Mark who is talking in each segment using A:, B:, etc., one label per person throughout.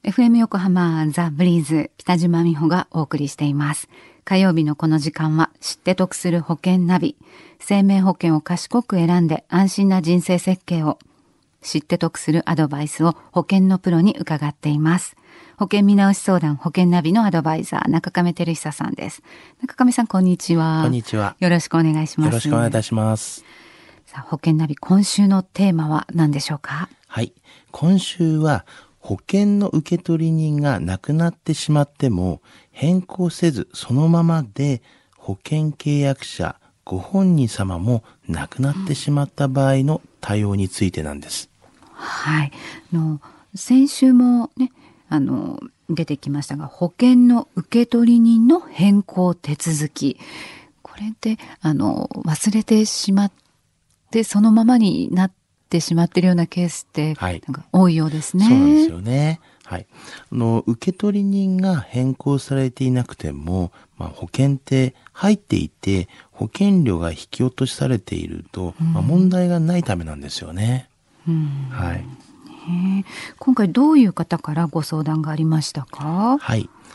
A: FM 横浜ザ・ブリーズ北島美穂がお送りしています。火曜日のこの時間は知って得する保険ナビ。生命保険を賢く選んで安心な人生設計を。知って得するアドバイスを保険のプロに伺っています。保険見直し相談保険ナビのアドバイザー中亀照久さんです。中亀さん、こんにちは。
B: こんにちは。
A: よろしくお願いします。
B: よろしくお願いいたします。
A: さあ、保険ナビ今週のテーマは何でしょうか？
B: はい。今週は保険の受取人が亡くなってしまっても変更せずそのままで保険契約者ご本人様も亡くなってしまった場合の対応についてなんです。
A: はい。先週もね、出てきましたが、保険の受取人の変更手続き。これって忘れてしまってそのままになってしまっているようなケースって、
B: はい、
A: なんか多いようですね。
B: そうなんですよね。はい。受取人が変更されていなくても、保険って入っていて保険料が引き落としされていると、問題がないためなんですよね。はい。
A: 今回どういう方からご相談がありましたか？
B: はい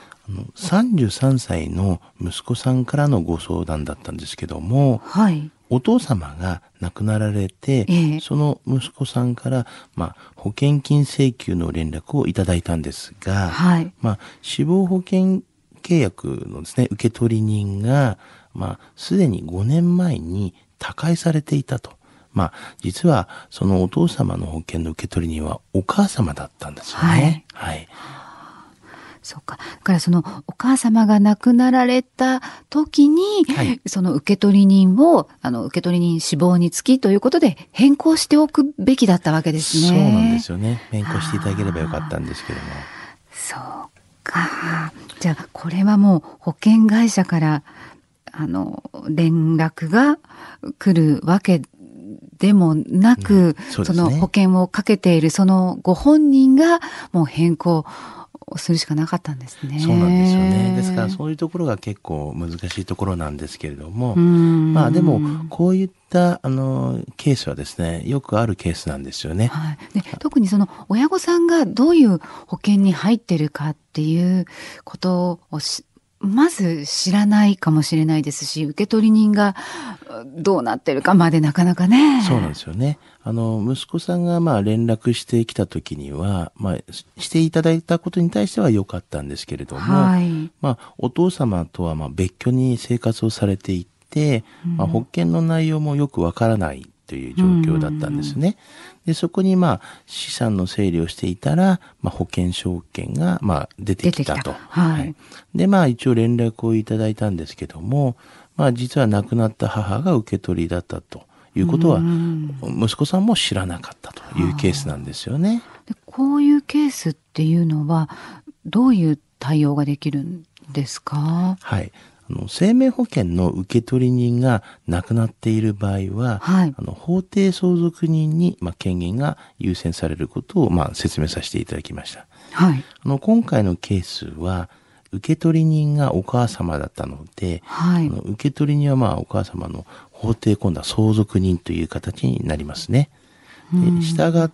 B: 。33歳の息子さんからのご相談だったんですけども、
A: はい。
B: お父様が亡くなられて、その息子さんから、保険金請求の連絡をいただいたんですが、
A: はい。
B: 死亡保険契約のですね、受取人が、すでに5年前に他界されていたと。実は、そのお父様の保険の受取人はお母様だったんですよね。はい。
A: そうか。だからそのお母様が亡くなられた時に、その受取人を、受取人死亡につきということで変更しておくべきだったわけですね。
B: そうなんですよね。変更していただければよかったんですけども。
A: そうか。じゃあ、これはもう保険会社から、連絡が来るわけでもなく、その保険をかけているそのご本人がもう変更するしかなかったんですね。
B: そうなんですよね。ですからそういうところが結構難しいところなんですけれども、でもこういったケースはですね、よくあるケースなんですよね。
A: はい。で、特にその親御さんがどういう保険に入ってるかっていうことをまず知らないかもしれないですし、受取人がどうなってるかまでなかなかね。
B: そうなんですよね。息子さんが連絡してきた時には、していただいたことに対しては良かったんですけれども、お父様とは別居に生活をされていて、保険の内容もよくわからないという状況だったんですね。で、そこに資産の整理をしていたら、保険証券が出てきたと。
A: はい。
B: で、一応連絡をいただいたんですけども、実は亡くなった母が受け取りだったということは、息子さんも知らなかったというケースなんですよね。
A: で、こういうケースっていうのは、どういう対応ができるんですか？
B: はい。生命保険の受取人が亡くなっている場合は、法定相続人に、権限が優先されることを、説明させていただきました。
A: はい。
B: 今回のケースは、受取人がお母様だったので、受取人はお母様の法定今度は相続人という形になりますね。で、したがって、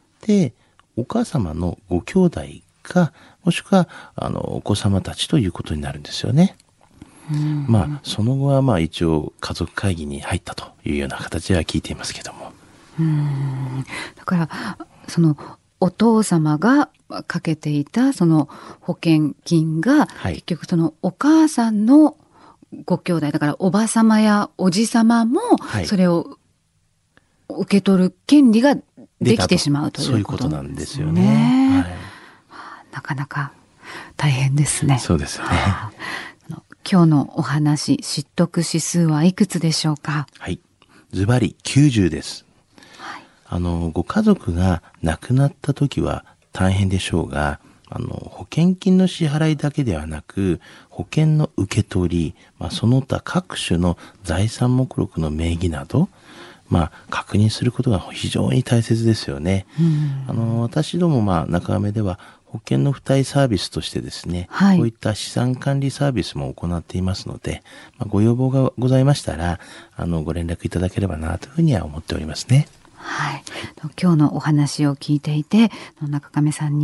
B: お母様のご兄弟か、もしくは、お子様たちということになるんですよね。その後は一応家族会議に入ったというような形は聞いていますけども。
A: だから、そのお父様がかけていたその保険金が、結局そのお母さんのご兄弟、だからおば様やおじ様も、それを受け取る権利ができてしまうということなんですよね。
B: そういうことなんですよね。
A: なかなか大変ですね。
B: そうですよね。
A: 今日のお話、知得指数はいくつでしょうか？
B: はい。ズバリ90です。ご家族が亡くなった時は大変でしょうが、保険金の支払いだけではなく、保険の受け取り、その他各種の財産目録の名義など、確認することが非常に大切ですよね。私ども中亀では保険の付帯サービスとしてですね、こういった資産管理サービスも行っていますので、ご要望がございましたら、ご連絡いただければなというふうには思っておりますね。
A: はい。今日のお話を聞いていて、中亀さんに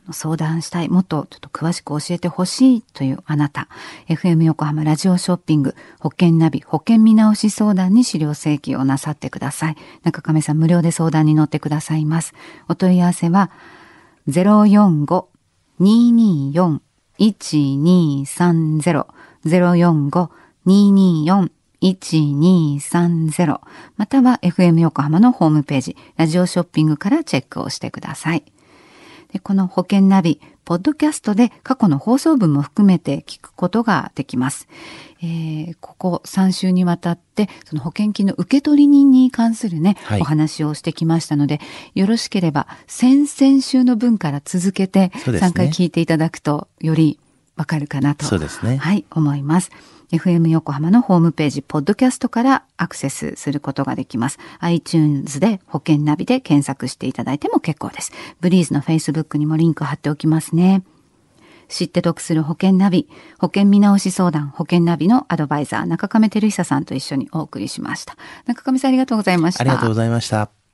A: 相談したい、もっとちょっと詳しく教えてほしいというあなた、FM 横浜ラジオショッピング保険ナビ保険見直し相談に資料請求をなさってください。中亀さん無料で相談に乗ってくださいます。お問い合わせは 045-224-1230 045-224-1230または FM 横浜のホームページラジオショッピングからチェックをしてください。でこの保険ナビポッドキャストで過去の放送分も含めて聞くことができます。ここ3週にわたってその保険金の受取人に関するね、お話をしてきましたので、よろしければ先々週の分から続けて3回聞いていただくとよりわかるかなと、はい、思います。FM 横浜のホームページポッドキャストからアクセスすることができます。 iTunes で保険ナビで検索していただいても結構です。ブリーズの Facebook にもリンク貼っておきますね。知って得する保険ナビ保険見直し相談保険ナビのアドバイザー中亀照久さんと一緒にお送りしました。中亀さんありがとうございました。
B: ありがとうございました。